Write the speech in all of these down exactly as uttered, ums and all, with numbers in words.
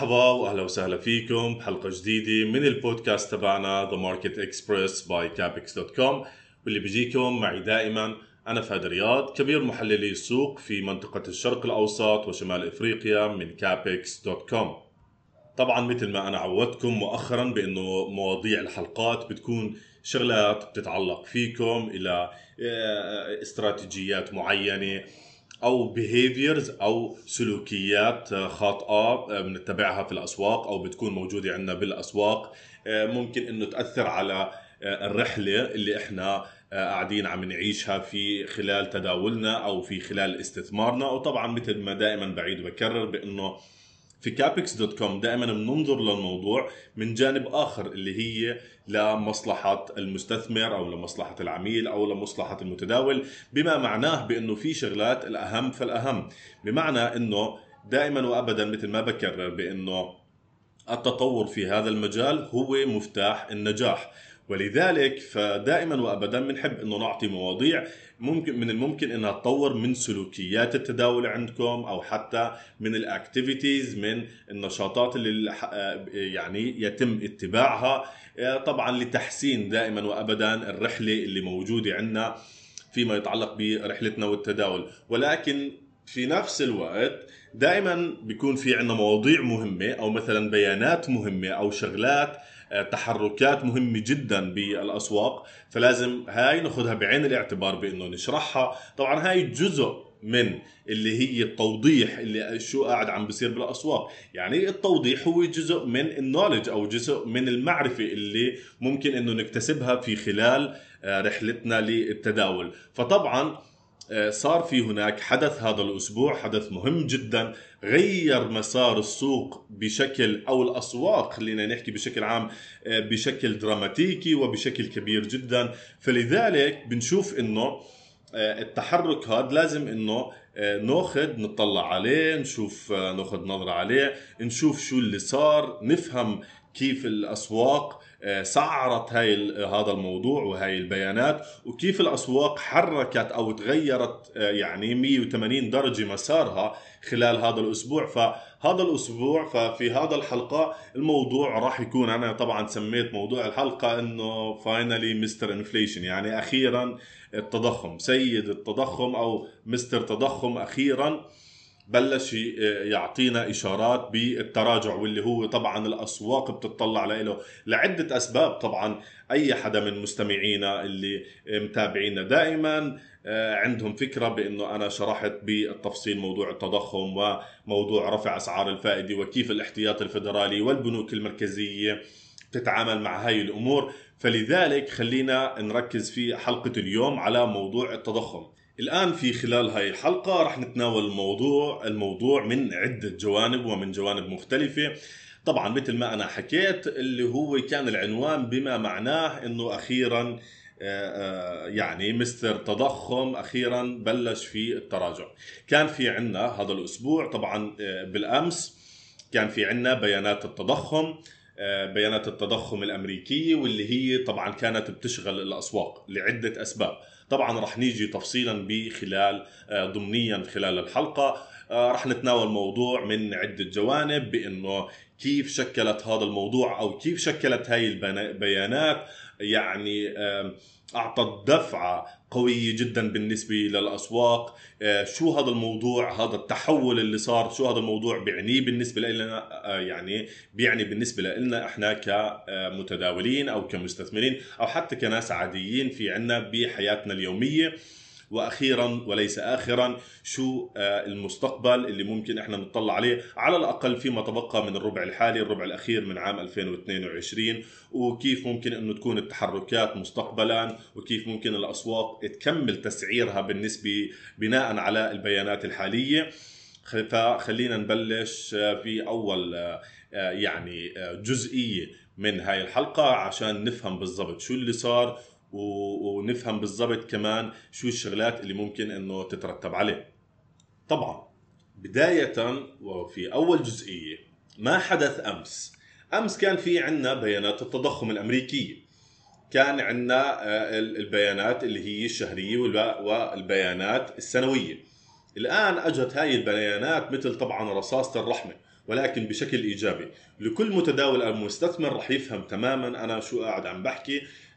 مرحبا واهلا وسهلا فيكم بحلقه جديده من البودكاست تبعنا The Market Express by Capex دوت كوم، واللي بيجيكم معي دائما انا فهد رياض، كبير محللي السوق في منطقه الشرق الاوسط وشمال افريقيا من Capex دوت كوم. طبعا مثل ما انا عودتكم مؤخرا بانه مواضيع الحلقات بتكون شغلات بتتعلق فيكم الى آه، استراتيجيات معينه او behaviors او سلوكيات خاطئه بنتبعها في الاسواق او بتكون موجوده عندنا بالاسواق، ممكن انه تاثر على الرحله اللي احنا قاعدين عم نعيشها في خلال تداولنا او في خلال استثمارنا. وطبعا مثل ما دائما بعيد وبكرر بانه في كابكس دوت كوم دائما بننظر للموضوع من جانب اخر اللي هي لمصلحه المستثمر او لمصلحه العميل او لمصلحه المتداول، بما معناه بانه في شغلات الاهم فالاهم، بمعنى انه دائما وابدا مثل ما بكرر بانه التطور في هذا المجال هو مفتاح النجاح. ولذلك فدائما وابدا بنحب انه نعطي مواضيع ممكن من الممكن انها تطور من سلوكيات التداول عندكم او حتى من الاكتيفيتيز، من النشاطات اللي يعني يتم اتباعها طبعا لتحسين دائما وابدا الرحله اللي موجوده عندنا فيما يتعلق برحلتنا والتداول. ولكن في نفس الوقت دائما بيكون في عنا مواضيع مهمة او مثلا بيانات مهمة او شغلات تحركات مهمة جدا بالاسواق، فلازم هاي ناخذها بعين الاعتبار بانه نشرحها. طبعا هاي جزء من اللي هي التوضيح اللي شو قاعد عم بيصير بالاسواق، يعني التوضيح هو جزء من النولج او جزء من المعرفة اللي ممكن انه نكتسبها في خلال رحلتنا للتداول. فطبعا صار في هناك حدث هذا الأسبوع، حدث مهم جدا غير مسار السوق بشكل أو الأسواق خلينا نحكي بشكل عام بشكل دراماتيكي وبشكل كبير جدا. فلذلك بنشوف إنه التحرك هذا لازم إنه ناخذ نطلع عليه، نشوف ناخذ نظرة عليه، نشوف شو اللي صار، نفهم كيف الأسواق سعرت هاي هذا الموضوع وهاي البيانات، وكيف الأسواق حركت أو تغيرت يعني مية وثمانين درجة مسارها خلال هذا الأسبوع. فهذا الأسبوع ففي هذا الحلقة الموضوع راح يكون، أنا طبعا سميت موضوع الحلقة إنه فاينلي مستر انفليشن، يعني أخيرا التضخم، سيد التضخم أو مستر تضخم أخيرا بلش يعطينا إشارات بالتراجع، واللي هو طبعا الأسواق بتطلع له لعدة أسباب. طبعا أي حدا من مستمعينا اللي متابعينا دائما عندهم فكرة بأنه أنا شرحت بالتفصيل موضوع التضخم وموضوع رفع أسعار الفائدة وكيف الاحتياط الفيدرالي والبنوك المركزية تتعامل مع هاي الأمور. فلذلك خلينا نركز في حلقة اليوم على موضوع التضخم. الآن في خلال هاي الحلقة رح نتناول الموضوع الموضوع من عدة جوانب ومن جوانب مختلفة. طبعا مثل ما أنا حكيت اللي هو كان العنوان بما معناه أنه أخيرا يعني مستر تضخم أخيرا بلش في التراجع. كان في عنا هذا الأسبوع طبعا بالأمس كان في عنا بيانات التضخم، بيانات التضخم الأمريكية، واللي هي طبعا كانت بتشغل الأسواق لعدة أسباب. طبعا رح نيجي تفصيلا بخلال ضمنيا خلال الحلقة رح نتناول موضوع من عدة جوانب بأنه كيف شكلت هذا الموضوع أو كيف شكلت هاي البيانات، يعني أعطت دفعة قوية جدا بالنسبة للأسواق. شو هذا الموضوع، هذا التحول اللي صار، شو هذا الموضوع بيعني بالنسبة لنا، يعني بيعني بالنسبة لنا إحنا كمتداولين أو كمستثمرين أو حتى كناس عاديين في عنا بحياتنا اليومية. واخيرا وليس اخرا شو المستقبل اللي ممكن احنا نطلع عليه على الاقل فيما تبقى من الربع الحالي، الربع الاخير من عام ألفين واثنين وعشرين، وكيف ممكن انه تكون التحركات مستقبلا، وكيف ممكن الاسواق تكمل تسعيرها بالنسبه بناء على البيانات الحاليه. فخلينا نبلش في اول يعني جزئيه من هاي الحلقه عشان نفهم بالضبط شو اللي صار ونفهم بالضبط كمان شو الشغلات اللي ممكن انه تترتب عليه. طبعا بداية وفي اول جزئية ما حدث امس، امس كان في عنا بيانات التضخم الامريكية، كان عنا البيانات اللي هي الشهرية والبيانات السنوية. الان اجت هاي البيانات مثل طبعا رصاصة الرحمة، ولكن بشكل إيجابي. لكل متداول أو مستثمر رح يفهم تماما أنا شو قاعد عم بحكي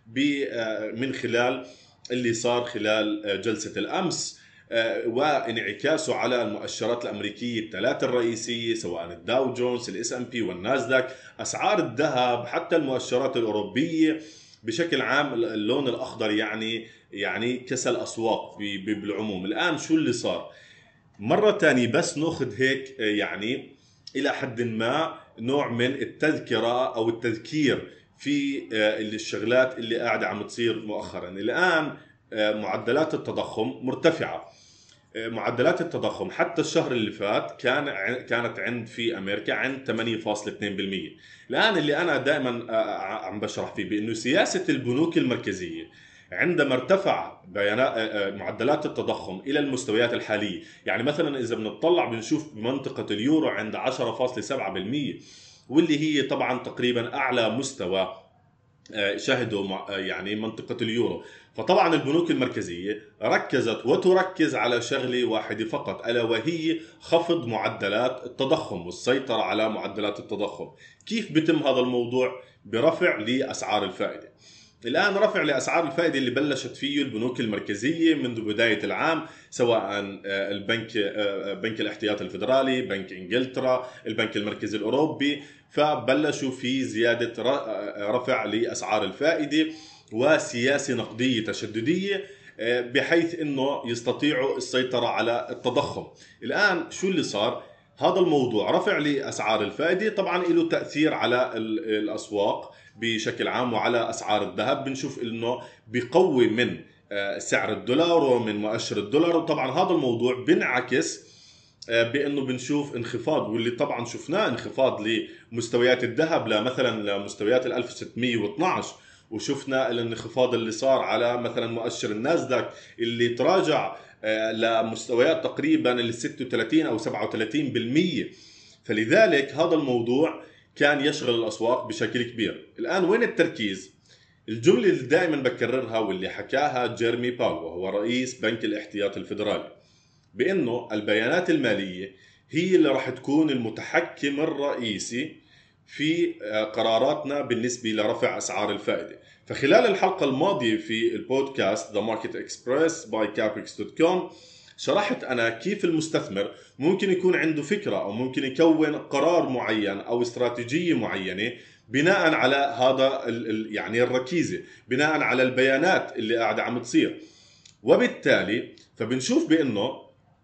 من خلال اللي صار خلال جلسة الأمس وانعكاسه على المؤشرات الأمريكية الثلاثة الرئيسية، سواء الداو جونز، الاس ام بي والناسداك، أسعار الذهب، حتى المؤشرات الأوروبية بشكل عام. اللون الأخضر يعني يعني كسى الأسواق بالعموم. الآن شو اللي صار؟ مرة تانية بس نأخذ هيك يعني إلى حد ما نوع من التذكرة أو التذكير في الشغلات اللي قاعدة عم تصير مؤخرا. الآن معدلات التضخم مرتفعة. معدلات التضخم حتى الشهر اللي فات كان كانت عند في أمريكا عند ثمانية فاصلة اثنين بالمئة. الآن اللي أنا دائما عم بشرح فيه بأنه سياسة البنوك المركزية عندما ارتفع بيانات معدلات التضخم إلى المستويات الحالية، يعني مثلا إذا بنطلع بنشوف بمنطقة اليورو عند عشرة فاصلة سبعة بالمئة، واللي هي طبعا تقريبا أعلى مستوى شهدوا يعني منطقة اليورو. فطبعا البنوك المركزية ركزت وتركز على شغلة واحدة فقط، ألا وهي خفض معدلات التضخم والسيطرة على معدلات التضخم. كيف بتم هذا الموضوع؟ برفع لأسعار الفائدة. الآن رفع لأسعار الفائدة اللي بلشت فيه البنوك المركزية منذ بداية العام، سواء البنك بنك الاحتياط الفيدرالي، بنك إنجلترا، البنك المركزي الأوروبي، فبلشوا في زيادة رفع لأسعار الفائدة وسياسة نقدية تشددية بحيث أنه يستطيعوا السيطرة على التضخم. الآن شو اللي صار؟ هذا الموضوع رفع لأسعار الفائدة طبعا له تأثير على الأسواق بشكل عام وعلى أسعار الذهب. بنشوف أنه بيقوي من سعر الدولار ومن مؤشر الدولار، وطبعا هذا الموضوع بنعكس بأنه بنشوف انخفاض، واللي طبعا شفناه انخفاض لمستويات الذهب لمثلا لمستويات ألف وستمئة واثني عشر، وشفنا الانخفاض اللي صار على مثلا مؤشر الناسداك اللي تراجع لمستويات تقريبا ال ستة وثلاثين أو سبعة وثلاثين بالمئة. فلذلك هذا الموضوع كان يشغل الأسواق بشكل كبير. الآن وين التركيز؟ الجملة اللي دائما بكررها واللي حكاها جيرمي باول وهو رئيس بنك الاحتياط الفيدرالي، بأنه البيانات المالية هي اللي راح تكون المتحكم الرئيسي في قراراتنا بالنسبة لرفع أسعار الفائدة. فخلال الحلقة الماضية في البودكاست The Market Express by Capex دوت كوم شرحت أنا كيف المستثمر ممكن يكون عنده فكرة أو ممكن يكون قرار معين أو استراتيجية معينة بناء على هذا يعني الركيزة، بناء على البيانات اللي قاعدة عم تصير. وبالتالي فبنشوف بأنه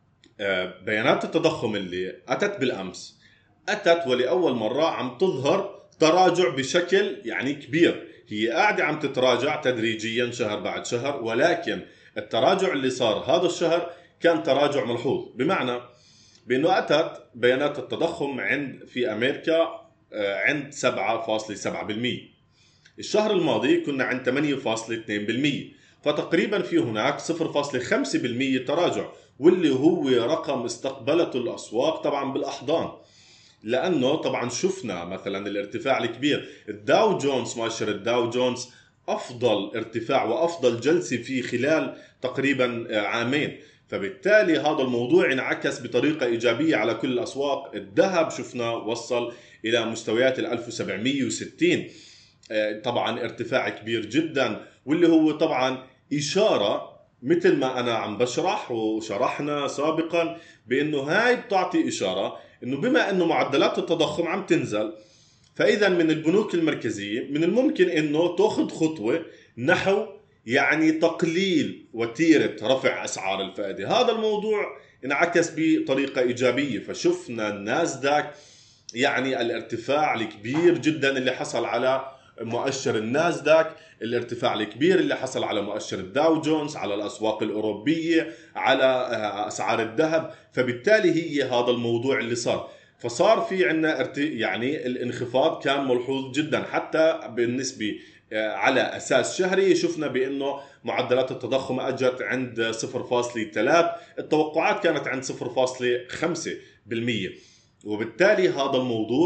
بيانات التضخم اللي أتت بالأمس أتت ولأول مرة عم تظهر تراجع بشكل يعني كبير. هي قاعدة عم تتراجع تدريجيا شهر بعد شهر، ولكن التراجع اللي صار هذا الشهر كان تراجع ملحوظ، بمعنى بأنه أتت بيانات التضخم عند في أمريكا عند سبعة فاصلة سبعة بالمئة. الشهر الماضي كنا عند ثمانية فاصلة اثنين بالمئة، فتقريبا في هناك صفر فاصلة خمسة بالمئة تراجع، واللي هو رقم استقبلته الأسواق طبعا بالأحضان. لأنه طبعا شفنا مثلا الارتفاع الكبير. الداو جونز، مؤشر الداو جونز أفضل ارتفاع وأفضل جلسة في خلال تقريبا عامين، فبالتالي هذا الموضوع انعكس بطريقة إيجابية على كل الأسواق. الذهب شفنا وصل إلى مستويات ال ألف وسبعمئة وستين، طبعا ارتفاع كبير جدا، واللي هو طبعا إشارة مثل ما أنا عم بشرح وشرحنا سابقا بأنه هاي بتعطي إشارة أنه بما أنه معدلات التضخم عم تنزل، فإذا من البنوك المركزية من الممكن أنه تأخذ خطوة نحو يعني تقليل وتيرة رفع أسعار الفائدة. هذا الموضوع انعكس بطريقة إيجابية، فشفنا الناسداك يعني الارتفاع الكبير جدا اللي حصل على مؤشر الناسداك، الارتفاع الكبير اللي حصل على مؤشر الداو جونز، على الأسواق الأوروبية، على أسعار الذهب. فبالتالي هي هذا الموضوع اللي صار. فصار في عنا يعني الانخفاض كان ملحوظ جدا، حتى بالنسبة على أساس شهري شفنا بأنه معدلات التضخم أجت عند صفر فاصلة ثلاثة، التوقعات كانت عند صفر فاصلة خمسة بالمئة. وبالتالي هذا الموضوع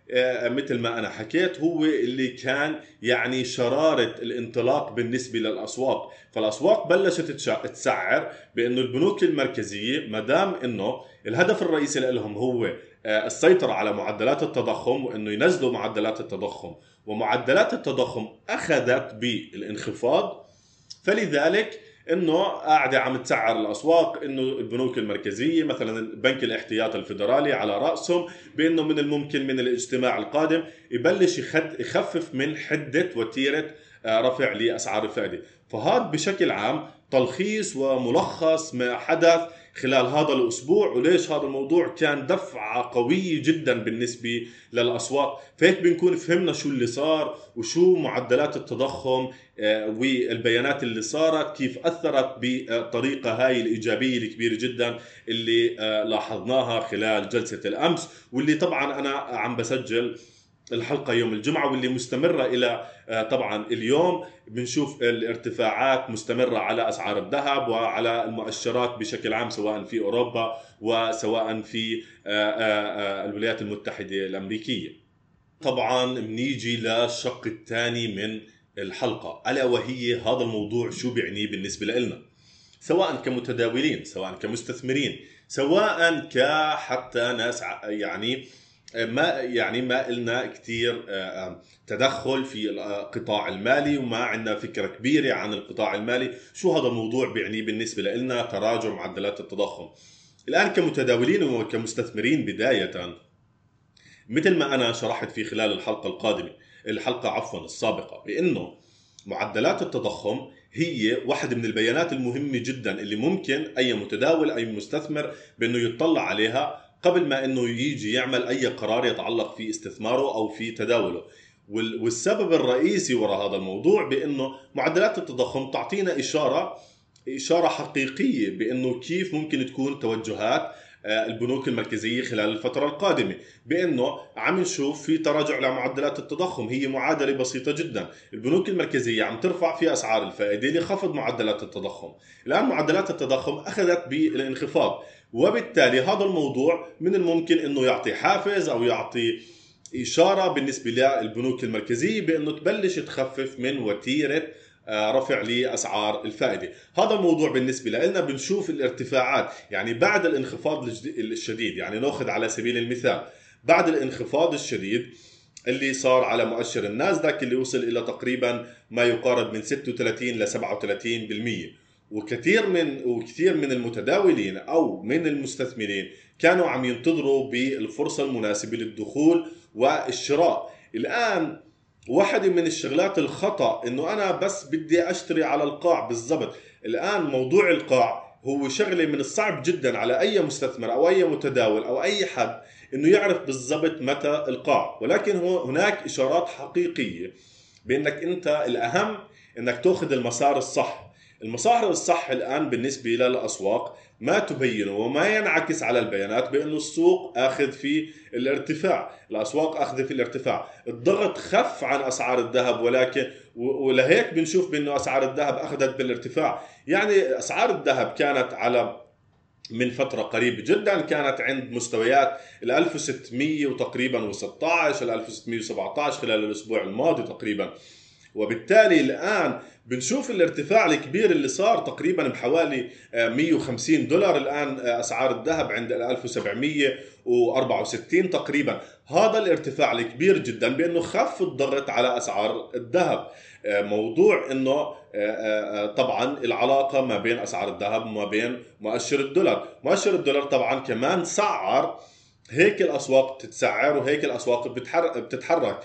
مثل ما أنا حكيت هو اللي كان يعني شرارة الانطلاق بالنسبة للأسواق. فالأسواق بلشت تسعر بأنه البنوك المركزية مدام أنه الهدف الرئيسي لهم هو السيطرة على معدلات التضخم وأنه ينزلوا معدلات التضخم، ومعدلات التضخم أخذت بالانخفاض، فلذلك انه قاعده عم تسعر الاسواق انه البنوك المركزيه مثلا البنك الاحتياطي الفيدرالي على راسهم بانه من الممكن من الاجتماع القادم يبلش يخفف من حده وتيره رفع لاسعار الفائده. فهذا بشكل عام تلخيص وملخص ما حدث خلال هذا الأسبوع، وليش هذا الموضوع كان دفعة قوية جدا بالنسبة للأسواق. فهيك بنكون فهمنا شو اللي صار وشو معدلات التضخم والبيانات اللي صارت كيف أثرت بطريقة هاي الإيجابية الكبيرة جدا اللي لاحظناها خلال جلسة الأمس، واللي طبعا أنا عم بسجل الحلقة يوم الجمعة واللي مستمرة إلى طبعا اليوم. بنشوف الارتفاعات مستمرة على أسعار الذهب وعلى المؤشرات بشكل عام سواء في أوروبا وسواء في الولايات المتحدة الأمريكية. طبعا بنيجي للشق الثاني من الحلقة، ألا وهي هذا الموضوع شو بيعني بالنسبة لنا سواء كمتداولين سواء كمستثمرين سواء كحتى ناس يعني ما يعني ما لنا كثير تدخل في القطاع المالي وما عندنا فكرة كبيرة عن القطاع المالي. شو هذا الموضوع بيعني بالنسبة لنا تراجع معدلات التضخم الآن كمتداولين وكمستثمرين؟ بداية مثل ما أنا شرحت في خلال الحلقة القادمة الحلقة عفوا السابقة بأنه معدلات التضخم هي واحدة من البيانات المهمة جدا اللي ممكن أي متداول أي مستثمر بأنه يطلع عليها قبل ما أنه يجي يعمل أي قرار يتعلق في استثماره أو في تداوله. والسبب الرئيسي وراء هذا الموضوع بأنه معدلات التضخم تعطينا إشارة إشارة حقيقية بأنه كيف ممكن تكون توجهات البنوك المركزية خلال الفترة القادمة، بأنه عم نشوف في تراجع لمعدلات التضخم. هي معادلة بسيطة جدا، البنوك المركزية عم ترفع في أسعار الفائدة لخفض معدلات التضخم. الآن معدلات التضخم أخذت بالانخفاض، وبالتالي هذا الموضوع من الممكن أنه يعطي حافز أو يعطي إشارة بالنسبة للبنوك المركزية بأنه تبلش تخفف من وتيرة رفع لأسعار الفائدة. هذا الموضوع بالنسبة لنا بنشوف الارتفاعات يعني بعد الانخفاض الشديد. يعني نأخذ على سبيل المثال بعد الانخفاض الشديد اللي صار على مؤشر الناسداك اللي وصل إلى تقريبا ما يقارب من ستة وثلاثين ل سبعة وثلاثين بالمئة، وكثير من وكثير من المتداولين أو من المستثمرين كانوا عم ينتظروا بالفرصة المناسبة للدخول والشراء. الآن واحدة من الشغلات الخطأ انه انا بس بدي اشتري على القاع بالضبط. الان موضوع القاع هو شغلة من الصعب جدا على اي مستثمر او اي متداول او اي حد انه يعرف بالضبط متى القاع، ولكن هو هناك اشارات حقيقية بانك انت الاهم انك تاخذ المسار الصح. المسار الصح الان بالنسبة للاسواق ما تبينه وما ينعكس على البيانات بأنه السوق أخذ في الارتفاع، الأسواق أخذ في الارتفاع، الضغط خف عن أسعار الذهب، ولكن ولهيك بنشوف بأنه أسعار الذهب أخذت بالارتفاع. يعني أسعار الذهب كانت على من فترة قريبة جدا كانت عند مستويات ال ألف وستمئة وتقريبا وستة عشر ال ألف وستمئة وسبعة عشر خلال الأسبوع الماضي تقريبا، وبالتالي الآن بنشوف الارتفاع الكبير اللي صار تقريبا بحوالي مئة وخمسين دولار. الآن أسعار الذهب عند ألف وسبعمئة وأربعة وستين تقريبا. هذا الارتفاع الكبير جدا بأنه خف الضغط على أسعار الذهب. موضوع أنه طبعا العلاقة ما بين أسعار الذهب وما بين مؤشر الدولار. مؤشر الدولار طبعا كمان سعر، هيك الأسواق بتتسعر وهيك الأسواق بتتحرك.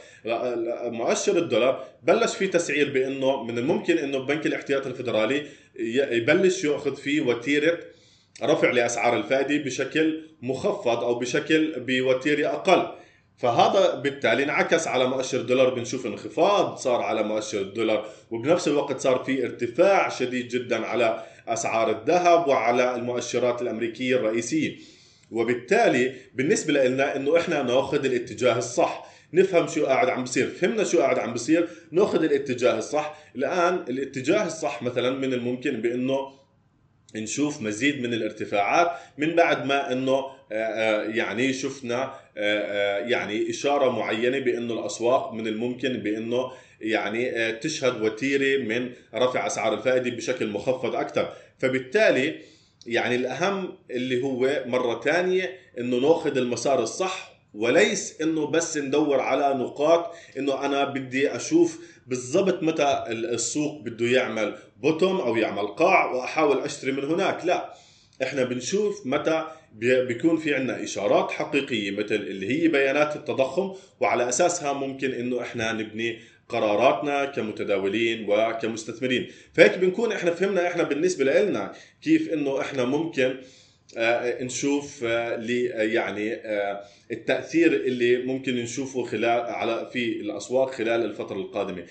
مؤشر الدولار بلش فيه تسعير بأنه من الممكن أنه البنك الاحتياطي الفيدرالي يبلش يأخذ فيه وتيرة رفع لأسعار الفائدة بشكل مخفض أو بشكل بوتيرة أقل. فهذا بالتالي انعكس على مؤشر الدولار، بنشوف انخفاض صار على مؤشر الدولار، وبنفس الوقت صار في ارتفاع شديد جدا على أسعار الذهب وعلى المؤشرات الأمريكية الرئيسية. وبالتالي بالنسبة لنا إنه إحنا نأخذ الاتجاه الصح، نفهم شو قاعد عم بصير. فهمنا شو قاعد عم بصير، نأخذ الاتجاه الصح. الآن الاتجاه الصح مثلا من الممكن بأنه نشوف مزيد من الارتفاعات من بعد ما انه يعني شفنا يعني إشارة معينة بأنه الأسواق من الممكن بأنه يعني تشهد وتيرة من رفع أسعار الفائدة بشكل مخفض أكثر. فبالتالي يعني الأهم اللي هو مرة تانية إنه نأخذ المسار الصح، وليس إنه بس ندور على نقاط إنه أنا بدي أشوف بالضبط متى السوق بده يعمل بوتوم أو يعمل قاع وأحاول أشتري من هناك. لا، إحنا بنشوف متى بيكون في عنا إشارات حقيقية مثل اللي هي بيانات التضخم، وعلى أساسها ممكن إنه إحنا نبني قراراتنا كمتداولين وكمستثمرين. فهيك بنكون إحنا فهمنا إحنا بالنسبة لنا كيف إنه إحنا ممكن آه نشوف آه يعني آه التأثير اللي ممكن نشوفه خلال على في الأسواق خلال الفترة القادمة.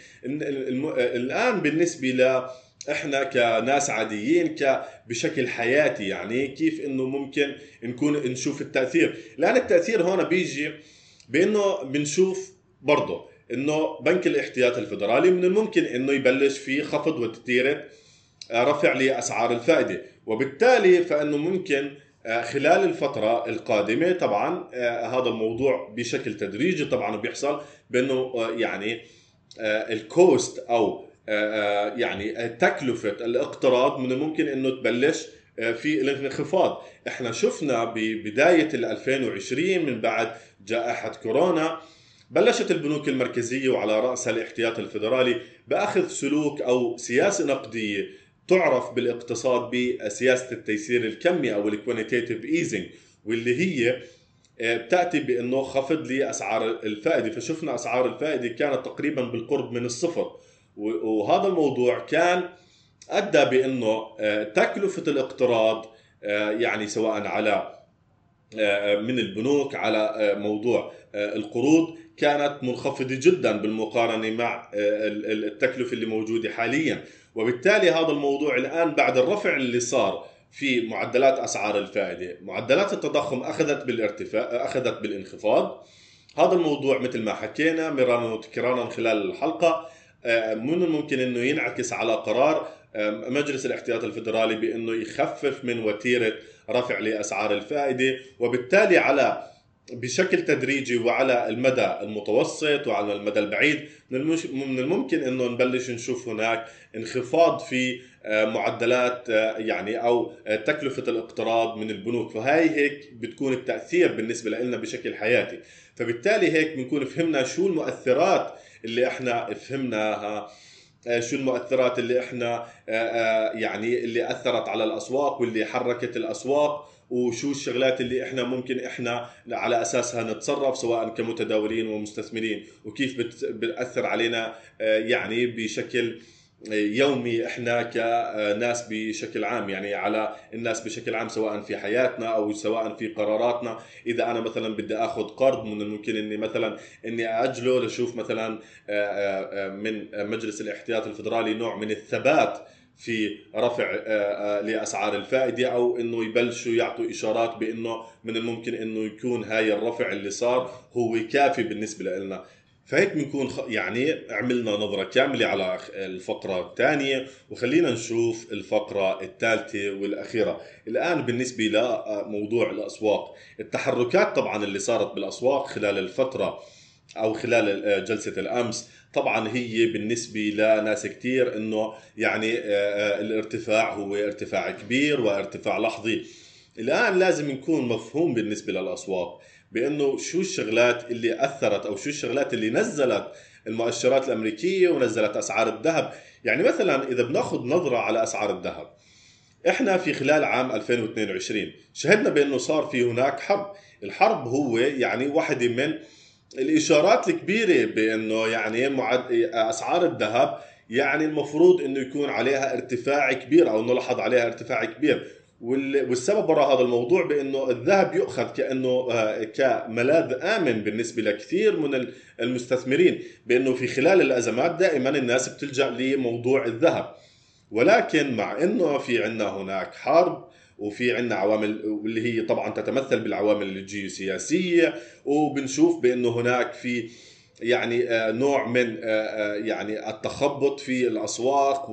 الآن بالنسبة ل احنا كناس عاديين ك بشكل حياتي، يعني كيف انه ممكن نكون نشوف التأثير. لأن التأثير هون بيجي بانه بنشوف برضه انه بنك الاحتياط الفدرالي من الممكن انه يبلش في خفض وتيرة رفع لأسعار الفائدة، وبالتالي فانه ممكن خلال الفترة القادمة طبعا هذا الموضوع بشكل تدريجي طبعا بيحصل بانه يعني الكوست او يعني تكلفة الاقتراض من الممكن انه تبلش في الانخفاض. احنا شفنا ببداية ألفين وعشرين من بعد جائحة كورونا بلشت البنوك المركزية وعلى رأسها الاحتياط الفدرالي بأخذ سلوك أو سياسة نقدية تعرف بالاقتصاد بسياسة التيسير الكمي أو الكوانتيتيف ايزنج، واللي هي بتأتي بأنه خفض لأسعار الفائدة. فشفنا أسعار الفائدة كانت تقريبا بالقرب من الصفر، وهذا الموضوع كان أدى بأنه تكلفة الاقتراض يعني سواء على من البنوك على موضوع القروض كانت منخفضة جدا بالمقارنة مع التكلفة اللي موجودة حاليا. وبالتالي هذا الموضوع الآن بعد الرفع اللي صار في معدلات أسعار الفائدة، معدلات التضخم أخذت بالارتفاع أخذت بالانخفاض. هذا الموضوع مثل ما حكينا مرارا وتكرارا خلال الحلقة من الممكن أنه ينعكس على قرار مجلس الاحتياط الفدرالي بأنه يخفف من وتيرة رفع لأسعار الفائدة، وبالتالي على بشكل تدريجي وعلى المدى المتوسط وعلى المدى البعيد من الممكن أنه نبلش نشوف هناك انخفاض في معدلات يعني أو تكلفة الاقتراض من البنوك. فهاي هيك بتكون التأثير بالنسبة لنا بشكل حياتي. فبالتالي هيك بنكون فهمنا شو المؤثرات اللي احنا فهمناها، شو المؤثرات اللي احنا يعني اللي أثرت على الأسواق واللي حركت الأسواق، وشو الشغلات اللي احنا ممكن احنا على أساسها نتصرف سواء كمتداولين ومستثمرين، وكيف بتأثر علينا يعني بشكل يومي احنا كناس بشكل عام، يعني على الناس بشكل عام سواء في حياتنا او سواء في قراراتنا. اذا انا مثلا بدي اخذ قرض من الممكن اني مثلا اني اجله لشوف مثلا من مجلس الاحتياط الفدرالي نوع من الثبات في رفع لأسعار الفائدة، او انه يبلشوا يعطوا اشارات بانه من الممكن انه يكون هاي الرفع اللي صار هو كافي بالنسبة لنا. فهيك بنكون يعني عملنا نظرة كاملة على الفقرة الثانية، وخلينا نشوف الفقرة الثالثة والأخيرة الآن بالنسبة لموضوع الأسواق. التحركات طبعا اللي صارت بالأسواق خلال الفترة أو خلال جلسة الأمس طبعا هي بالنسبة لناس كتير إنه يعني الارتفاع هو ارتفاع كبير وارتفاع لحظي. الآن لازم يكون مفهوم بالنسبة للأسواق بأنه شو الشغلات اللي أثرت أو شو الشغلات اللي نزلت المؤشرات الأمريكية ونزلت أسعار الذهب. يعني مثلا إذا بناخذ نظرة على أسعار الذهب، إحنا في خلال عام ألفين واثنين وعشرين شهدنا بأنه صار في هناك حرب. الحرب هو يعني واحدة من الإشارات الكبيرة بأنه يعني أسعار الذهب يعني المفروض أنه يكون عليها ارتفاع كبير أو نلاحظ عليها ارتفاع كبير. والسبب وراء هذا الموضوع بأنه الذهب يؤخذ كأنه كملاذ آمن بالنسبة لكثير من المستثمرين، بأنه في خلال الأزمات دائما الناس بتلجأ لموضوع الذهب. ولكن مع أنه في عنا هناك حرب وفي عنا عوامل واللي هي طبعا تتمثل بالعوامل الجيوسياسية، وبنشوف بأنه هناك في يعني نوع من يعني التخبط في الأسواق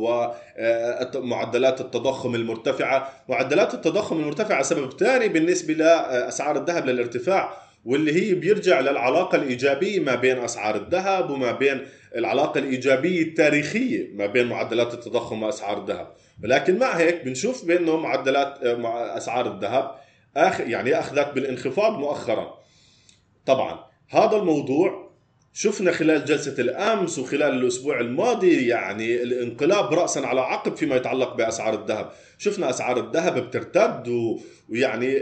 ومعدلات التضخم المرتفعة. معدلات التضخم المرتفعة سبب ثاني بالنسبة لأسعار الذهب للارتفاع، واللي هي بيرجع للعلاقة الإيجابية ما بين أسعار الذهب وما بين العلاقة الإيجابية التاريخية ما بين معدلات التضخم وأسعار الذهب. ولكن مع هيك بنشوف بأنه معدلات أسعار الذهب يعني أخذت بالانخفاض مؤخرا. طبعا هذا الموضوع شفنا خلال جلسة الأمس وخلال الأسبوع الماضي يعني الانقلاب رأسا على عقب فيما يتعلق بأسعار الذهب. شفنا أسعار الذهب بترتد ويعني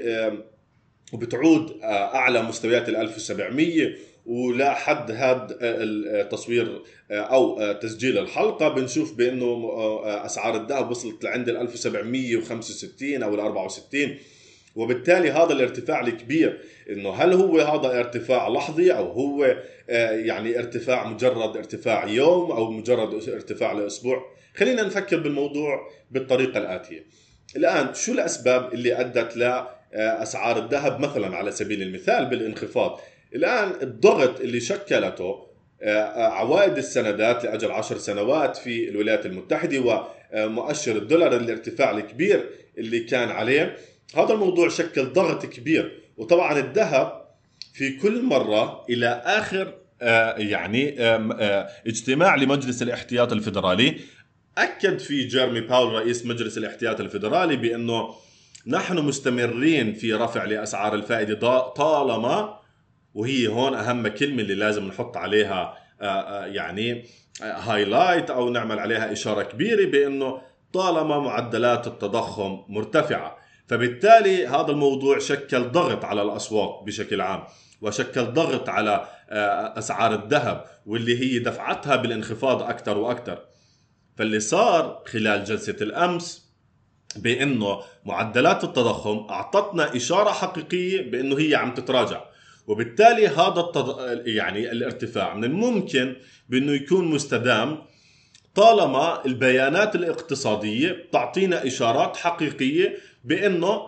وبتعود أعلى مستويات الألف وسبعمية، ولا حد هذا التصوير أو تسجيل الحلقة بنشوف بأنه أسعار الذهب وصلت لعند الألف وسبعمية وخمسة وستين أو الأربعة وستين. وبالتالي هذا الارتفاع الكبير انه هل هو هذا ارتفاع لحظي او هو يعني ارتفاع مجرد ارتفاع يوم او مجرد ارتفاع لاسبوع؟ خلينا نفكر بالموضوع بالطريقة الآتية. الآن شو الأسباب اللي أدت لأسعار الذهب مثلا على سبيل المثال بالانخفاض؟ الآن الضغط اللي شكلته عوائد السندات لأجل عشر سنوات في الولايات المتحدة ومؤشر الدولار الارتفاع الكبير اللي كان عليه، هذا الموضوع شكل ضغط كبير. وطبعا الذهب في كل مرة إلى آخر آه يعني آه آه اجتماع لمجلس الاحتياط الفيدرالي أكد فيه جيرمي باول رئيس مجلس الاحتياط الفيدرالي بأنه نحن مستمرين في رفع لأسعار الفائدة طالما، وهي هون أهم كلمة اللي لازم نحط عليها آه آه يعني هايلايت أو نعمل عليها إشارة كبيرة، بأنه طالما معدلات التضخم مرتفعة. فبالتالي هذا الموضوع شكل ضغط على الأسواق بشكل عام، وشكل ضغط على أسعار الذهب واللي هي دفعتها بالانخفاض أكثر وأكثر. فاللي صار خلال جلسة الأمس بأنه معدلات التضخم أعطتنا إشارة حقيقية بأنه هي عم تتراجع، وبالتالي هذا التض... يعني الارتفاع من الممكن بأنه يكون مستدام طالما البيانات الاقتصادية تعطينا إشارات حقيقية بأنه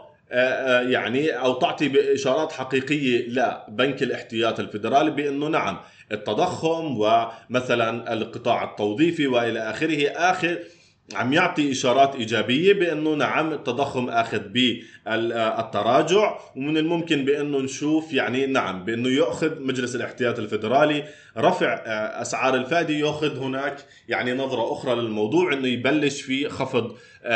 يعني أو تعطي إشارات حقيقية لبنك الاحتياط الفيدرالي بأنه نعم التضخم ومثلا القطاع التوظيفي وإلى آخره آخر عم يعطي إشارات إيجابية بأنه نعم التضخم آخذ بالتراجع، ومن الممكن بأنه نشوف يعني نعم بأنه يأخذ مجلس الاحتياط الفيدرالي رفع أسعار الفائدة، يأخذ هناك يعني نظرة أخرى للموضوع أنه يبلش في خفض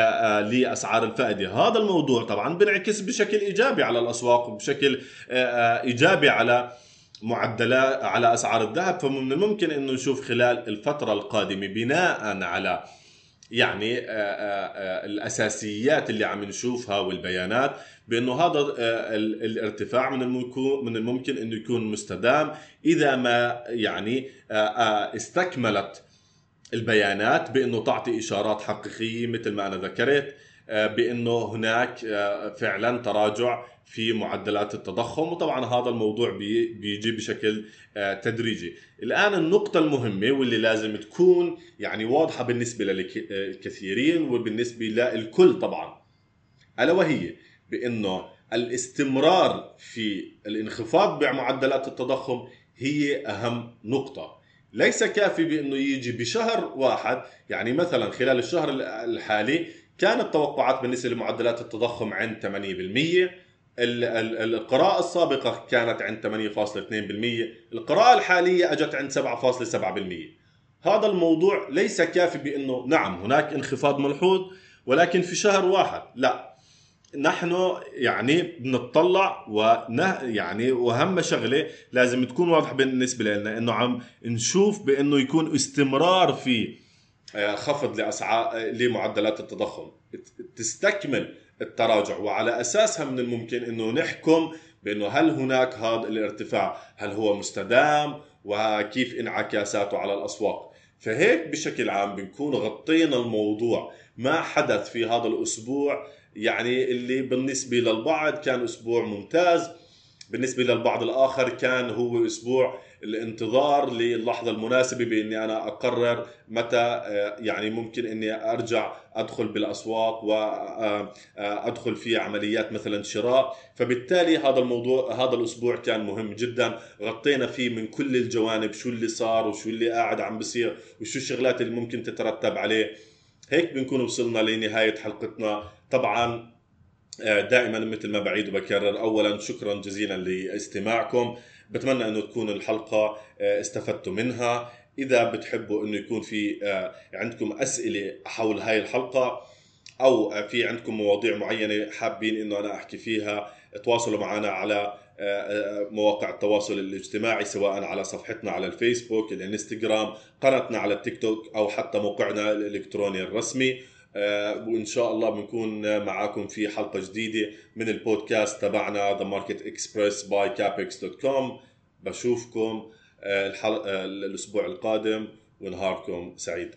لأسعار الفائدة. هذا الموضوع طبعا بنعكس بشكل إيجابي على الأسواق وبشكل إيجابي على معدلات على أسعار الذهب. فمن الممكن أنه نشوف خلال الفترة القادمة بناء على يعني آآ آآ الأساسيات اللي عم نشوفها والبيانات بأنه هذا الارتفاع من الممكن من الممكن أنه يكون مستدام إذا ما يعني استكملت البيانات بأنه تعطي إشارات حقيقية مثل ما أنا ذكرت بأنه هناك فعلا تراجع في معدلات التضخم. وطبعا هذا الموضوع بيجي بشكل تدريجي. الآن النقطة المهمة واللي لازم تكون يعني واضحة بالنسبة للكثيرين وبالنسبة للكل طبعا، ألا وهي بأنه الاستمرار في الانخفاض بمعدلات التضخم هي أهم نقطة. ليس كافي بأنه يجي بشهر واحد، يعني مثلا خلال الشهر الحالي كانت توقعات بالنسبة لمعدلات التضخم عند ثمانية بالمية، القراءة السابقة كانت عند ثمانية فاصلة اثنين بالمية، القراءة الحالية أجت عند سبعة فاصلة سبعة بالمية. هذا الموضوع ليس كافي بأنه نعم هناك انخفاض ملحوظ ولكن في شهر واحد، لا، نحن يعني بنطلع ونه يعني وهم شغله لازم تكون واضحه بالنسبه لنا انه عم نشوف بانه يكون استمرار في خفض لاسعار لمعدلات التضخم تستكمل التراجع، وعلى اساسها من الممكن انه نحكم بانه هل هناك هذا الارتفاع هل هو مستدام وكيف انعكاساته على الاسواق. فهيك بشكل عام بنكون غطينا الموضوع ما حدث في هذا الاسبوع، يعني اللي بالنسبة للبعض كان أسبوع ممتاز، بالنسبة للبعض الآخر كان هو أسبوع الانتظار للحظة المناسبة بإني أنا أقرر متى يعني ممكن إني أرجع أدخل بالأسواق وأدخل في عمليات مثلا شراء. فبالتالي هذا الموضوع هذا الأسبوع كان مهم جدا، غطينا فيه من كل الجوانب شو اللي صار وشو اللي قاعد عم بصير وشو الشغلات اللي ممكن تترتب عليه. هيك بنكون وصلنا لنهاية حلقتنا. طبعا دائما مثل ما بعيد وبكرر، اولا شكرا جزيلا لاستماعكم، بتمنى انه تكون الحلقة استفدتوا منها. اذا بتحبوا انه يكون في عندكم اسئلة حول هاي الحلقة او في عندكم مواضيع معينة حابين انه انا احكي فيها، تواصلوا معنا على مواقع التواصل الاجتماعي، سواء على صفحتنا على الفيسبوك، الانستغرام، قناتنا على التيك توك، او حتى موقعنا الالكتروني الرسمي. وإن شاء الله بنكون معاكم في حلقة جديدة من البودكاست تبعنا The Market Express by Capex دوت كوم. بشوفكم الحلقة الأسبوع القادم ونهاركم سعيد.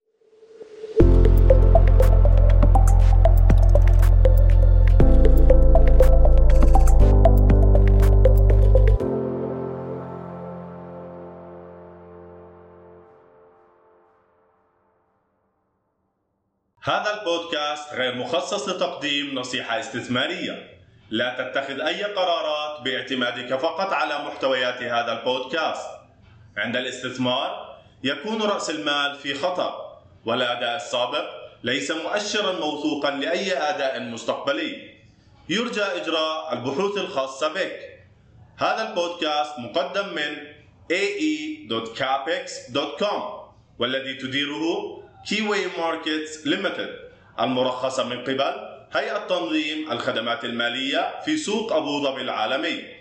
هذا البودكاست غير مخصص لتقديم نصيحة استثمارية. لا تتخذ أي قرارات باعتمادك فقط على محتويات هذا البودكاست. عند الاستثمار يكون رأس المال في خطر، والأداء السابق ليس مؤشرا موثوقا لأي أداء مستقبلي. يرجى إجراء البحوث الخاصة بك. هذا البودكاست مقدم من إيه إي دوت كابكس دوت كوم والذي تديره كيوي ماركتس ليميتد، المرخصة من قبل هيئة تنظيم الخدمات المالية في سوق أبو ظبي العالمي.